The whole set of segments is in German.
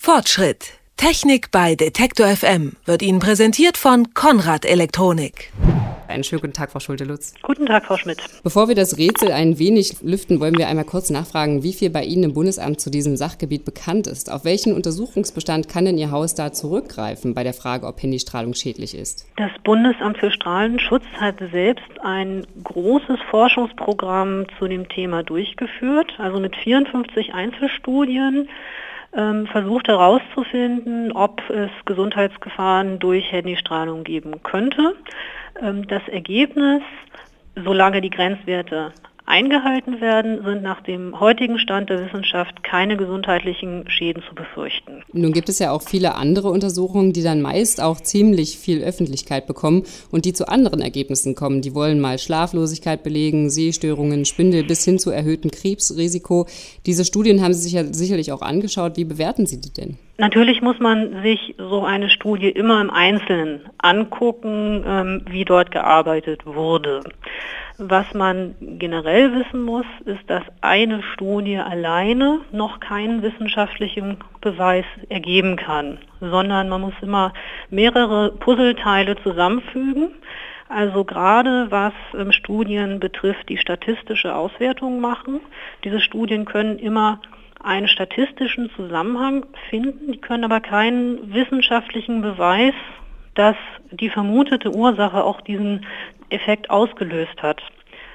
Fortschritt. Technik bei Detektor FM wird Ihnen präsentiert von Konrad Elektronik. Einen schönen guten Tag, Frau Schulte-Lutz. Guten Tag, Frau Schmidt. Bevor wir das Rätsel ein wenig lüften, wollen wir einmal kurz nachfragen, wie viel bei Ihnen im Bundesamt zu diesem Sachgebiet bekannt ist. Auf welchen Untersuchungsbestand kann denn Ihr Haus da zurückgreifen bei der Frage, ob Handystrahlung schädlich ist? Das Bundesamt für Strahlenschutz hat selbst ein großes Forschungsprogramm zu dem Thema durchgeführt, also mit 54 Einzelstudien versucht herauszufinden, ob es Gesundheitsgefahren durch Handystrahlung geben könnte. Das Ergebnis, solange die Grenzwerte eingehalten werden, sind nach dem heutigen Stand der Wissenschaft keine gesundheitlichen Schäden zu befürchten. Nun gibt es ja auch viele andere Untersuchungen, die dann meist auch ziemlich viel Öffentlichkeit bekommen und die zu anderen Ergebnissen kommen. Die wollen mal Schlaflosigkeit belegen, Sehstörungen, Schwindel bis hin zu erhöhtem Krebsrisiko. Diese Studien haben Sie sich ja sicherlich auch angeschaut. Wie bewerten Sie die denn? Natürlich muss man sich so eine Studie immer im Einzelnen angucken, wie dort gearbeitet wurde. Was man generell wissen muss, ist, dass eine Studie alleine noch keinen wissenschaftlichen Beweis ergeben kann, sondern man muss immer mehrere Puzzleteile zusammenfügen. Also gerade was Studien betrifft, die statistische Auswertung machen. Diese Studien können immer einen statistischen Zusammenhang finden, die können aber keinen wissenschaftlichen Beweis, dass die vermutete Ursache auch diesen Effekt ausgelöst hat,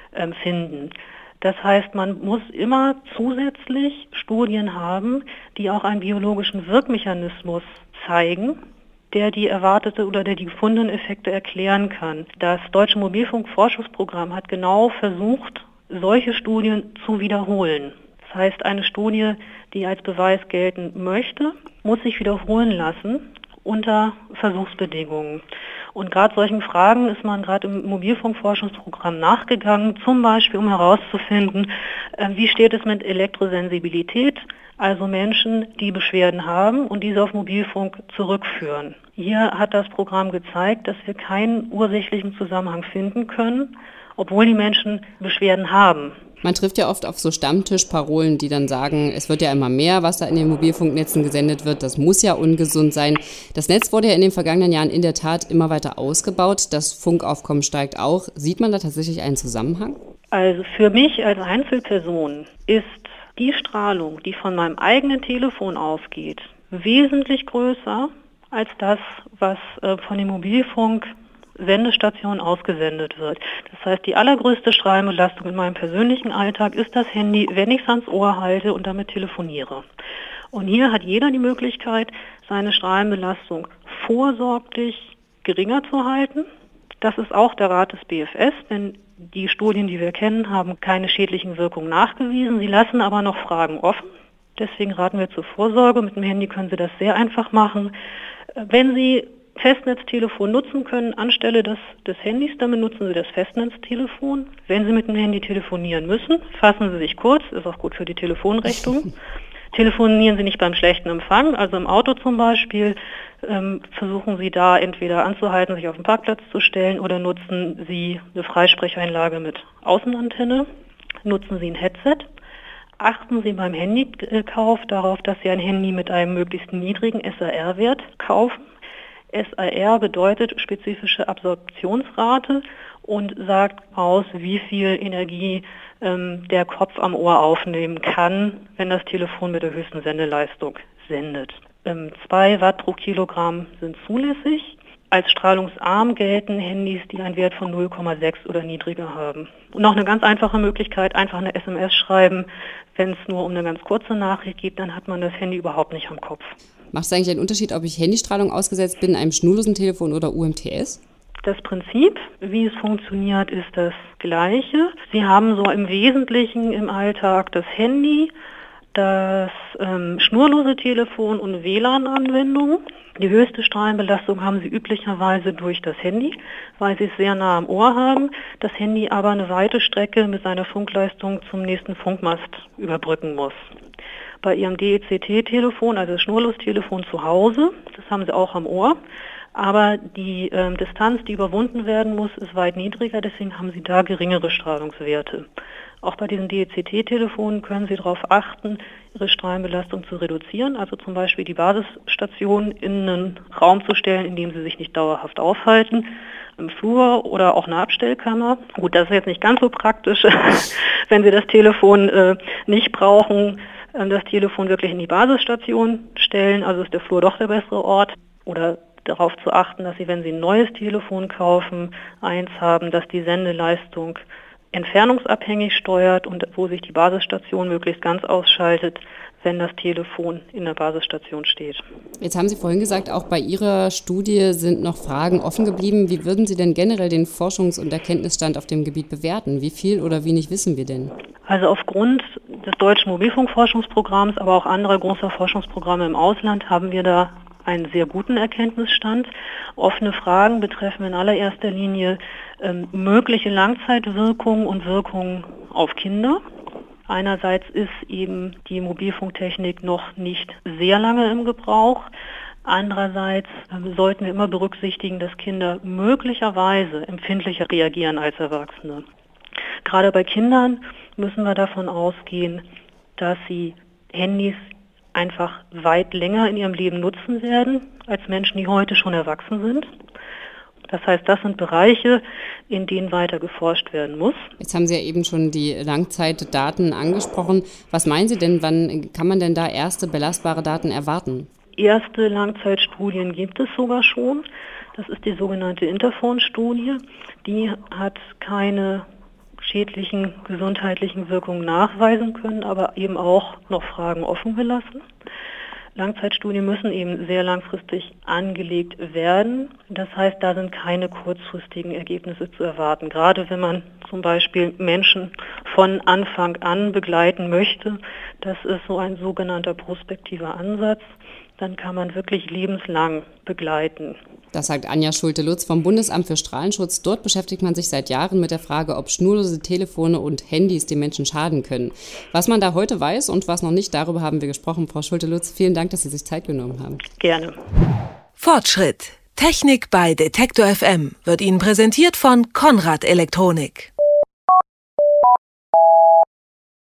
finden. Das heißt, man muss immer zusätzlich Studien haben, die auch einen biologischen Wirkmechanismus zeigen, der die erwartete oder der die gefundenen Effekte erklären kann. Das Deutsche Mobilfunkforschungsprogramm hat genau versucht, solche Studien zu wiederholen. Das heißt, eine Studie, die als Beweis gelten möchte, muss sich wiederholen lassen unter Versuchsbedingungen. Und gerade solchen Fragen ist man gerade im Mobilfunkforschungsprogramm nachgegangen, zum Beispiel um herauszufinden, wie steht es mit Elektrosensibilität, also Menschen, die Beschwerden haben und diese auf Mobilfunk zurückführen. Hier hat das Programm gezeigt, dass wir keinen ursächlichen Zusammenhang finden können, obwohl die Menschen Beschwerden haben. Man trifft ja oft auf so Stammtischparolen, die dann sagen, es wird ja immer mehr, was da in den Mobilfunknetzen gesendet wird, das muss ja ungesund sein. Das Netz wurde ja in den vergangenen Jahren in der Tat immer weiter ausgebaut, das Funkaufkommen steigt auch. Sieht man da tatsächlich einen Zusammenhang? Also für mich als Einzelperson ist die Strahlung, die von meinem eigenen Telefon ausgeht, wesentlich größer als das, was von dem Mobilfunk Sendestation ausgesendet wird. Das heißt, die allergrößte Strahlenbelastung in meinem persönlichen Alltag ist das Handy, wenn ich es ans Ohr halte und damit telefoniere. Und hier hat jeder die Möglichkeit, seine Strahlenbelastung vorsorglich geringer zu halten. Das ist auch der Rat des BfS, denn die Studien, die wir kennen, haben keine schädlichen Wirkungen nachgewiesen. Sie lassen aber noch Fragen offen. Deswegen raten wir zur Vorsorge. Mit dem Handy können Sie das sehr einfach machen. Wenn Sie Festnetztelefon nutzen können anstelle des Handys, dann benutzen Sie das Festnetztelefon. Wenn Sie mit dem Handy telefonieren müssen, fassen Sie sich kurz, ist auch gut für die Telefonrechnung. Telefonieren Sie nicht beim schlechten Empfang, also im Auto zum Beispiel, versuchen Sie da entweder anzuhalten, sich auf den Parkplatz zu stellen oder nutzen Sie eine Freisprecheinlage mit Außenantenne, nutzen Sie ein Headset. Achten Sie beim Handykauf darauf, dass Sie ein Handy mit einem möglichst niedrigen SAR-Wert kaufen. SAR bedeutet spezifische Absorptionsrate und sagt aus, wie viel Energie der Kopf am Ohr aufnehmen kann, wenn das Telefon mit der höchsten Sendeleistung sendet. 2 Watt pro Kilogramm sind zulässig. Als strahlungsarm gelten Handys, die einen Wert von 0,6 oder niedriger haben. Und noch eine ganz einfache Möglichkeit, einfach eine SMS schreiben. Wenn es nur um eine ganz kurze Nachricht geht, dann hat man das Handy überhaupt nicht am Kopf. Macht es eigentlich einen Unterschied, ob ich Handystrahlung ausgesetzt bin, einem schnurlosen Telefon oder UMTS? Das Prinzip, wie es funktioniert, ist das gleiche. Sie haben so im Wesentlichen im Alltag das Handy, das schnurlose Telefon und WLAN-Anwendungen. Die höchste Strahlenbelastung haben Sie üblicherweise durch das Handy, weil Sie es sehr nah am Ohr haben, das Handy aber eine weite Strecke mit seiner Funkleistung zum nächsten Funkmast überbrücken muss. Bei Ihrem DECT-Telefon, also das Schnurlostelefon zu Hause, das haben Sie auch am Ohr, Aber die Distanz, die überwunden werden muss, ist weit niedriger, deswegen haben Sie da geringere Strahlungswerte. Auch bei diesen DECT-Telefonen können Sie darauf achten, Ihre Strahlenbelastung zu reduzieren, also zum Beispiel die Basisstation in einen Raum zu stellen, in dem Sie sich nicht dauerhaft aufhalten, im Flur oder auch eine Abstellkammer. Gut, das ist jetzt nicht ganz so praktisch, wenn Sie das Telefon nicht brauchen, das Telefon wirklich in die Basisstation stellen, also ist der Flur doch der bessere Ort. Oder darauf zu achten, dass Sie, wenn Sie ein neues Telefon kaufen, eins haben, dass die Sendeleistung entfernungsabhängig steuert und wo sich die Basisstation möglichst ganz ausschaltet, wenn das Telefon in der Basisstation steht. Jetzt haben Sie vorhin gesagt, auch bei Ihrer Studie sind noch Fragen offen geblieben. Wie würden Sie denn generell den Forschungs- und Erkenntnisstand auf dem Gebiet bewerten? Wie viel oder wenig wissen wir denn? Also aufgrund des Deutschen Mobilfunkforschungsprogramms, aber auch anderer großer Forschungsprogramme im Ausland haben wir da einen sehr guten Erkenntnisstand. Offene Fragen betreffen in allererster Linie mögliche Langzeitwirkungen und Wirkungen auf Kinder. Einerseits ist eben die Mobilfunktechnik noch nicht sehr lange im Gebrauch. Andererseits sollten wir immer berücksichtigen, dass Kinder möglicherweise empfindlicher reagieren als Erwachsene. Gerade bei Kindern müssen wir davon ausgehen, dass sie Handys einfach weit länger in ihrem Leben nutzen werden als Menschen, die heute schon erwachsen sind. Das heißt, das sind Bereiche, in denen weiter geforscht werden muss. Jetzt haben Sie ja eben schon die Langzeitdaten angesprochen. Was meinen Sie denn, wann kann man denn da erste belastbare Daten erwarten? Erste Langzeitstudien gibt es sogar schon. Das ist die sogenannte Interphone-Studie. Die hat keine schädlichen gesundheitlichen Wirkungen nachweisen können, aber eben auch noch Fragen offen gelassen. Langzeitstudien müssen eben sehr langfristig angelegt werden. Das heißt, da sind keine kurzfristigen Ergebnisse zu erwarten. Gerade wenn man zum Beispiel Menschen von Anfang an begleiten möchte, das ist so ein sogenannter prospektiver Ansatz, dann kann man wirklich lebenslang begleiten. Das sagt Anja Schulte-Lutz vom Bundesamt für Strahlenschutz. Dort beschäftigt man sich seit Jahren mit der Frage, ob schnurlose Telefone und Handys den Menschen schaden können. Was man da heute weiß und was noch nicht, darüber haben wir gesprochen. Frau Schulte-Lutz, vielen Dank, dass Sie sich Zeit genommen haben. Gerne. Fortschritt. Technik bei Detektor FM wird Ihnen präsentiert von Conrad Elektronik.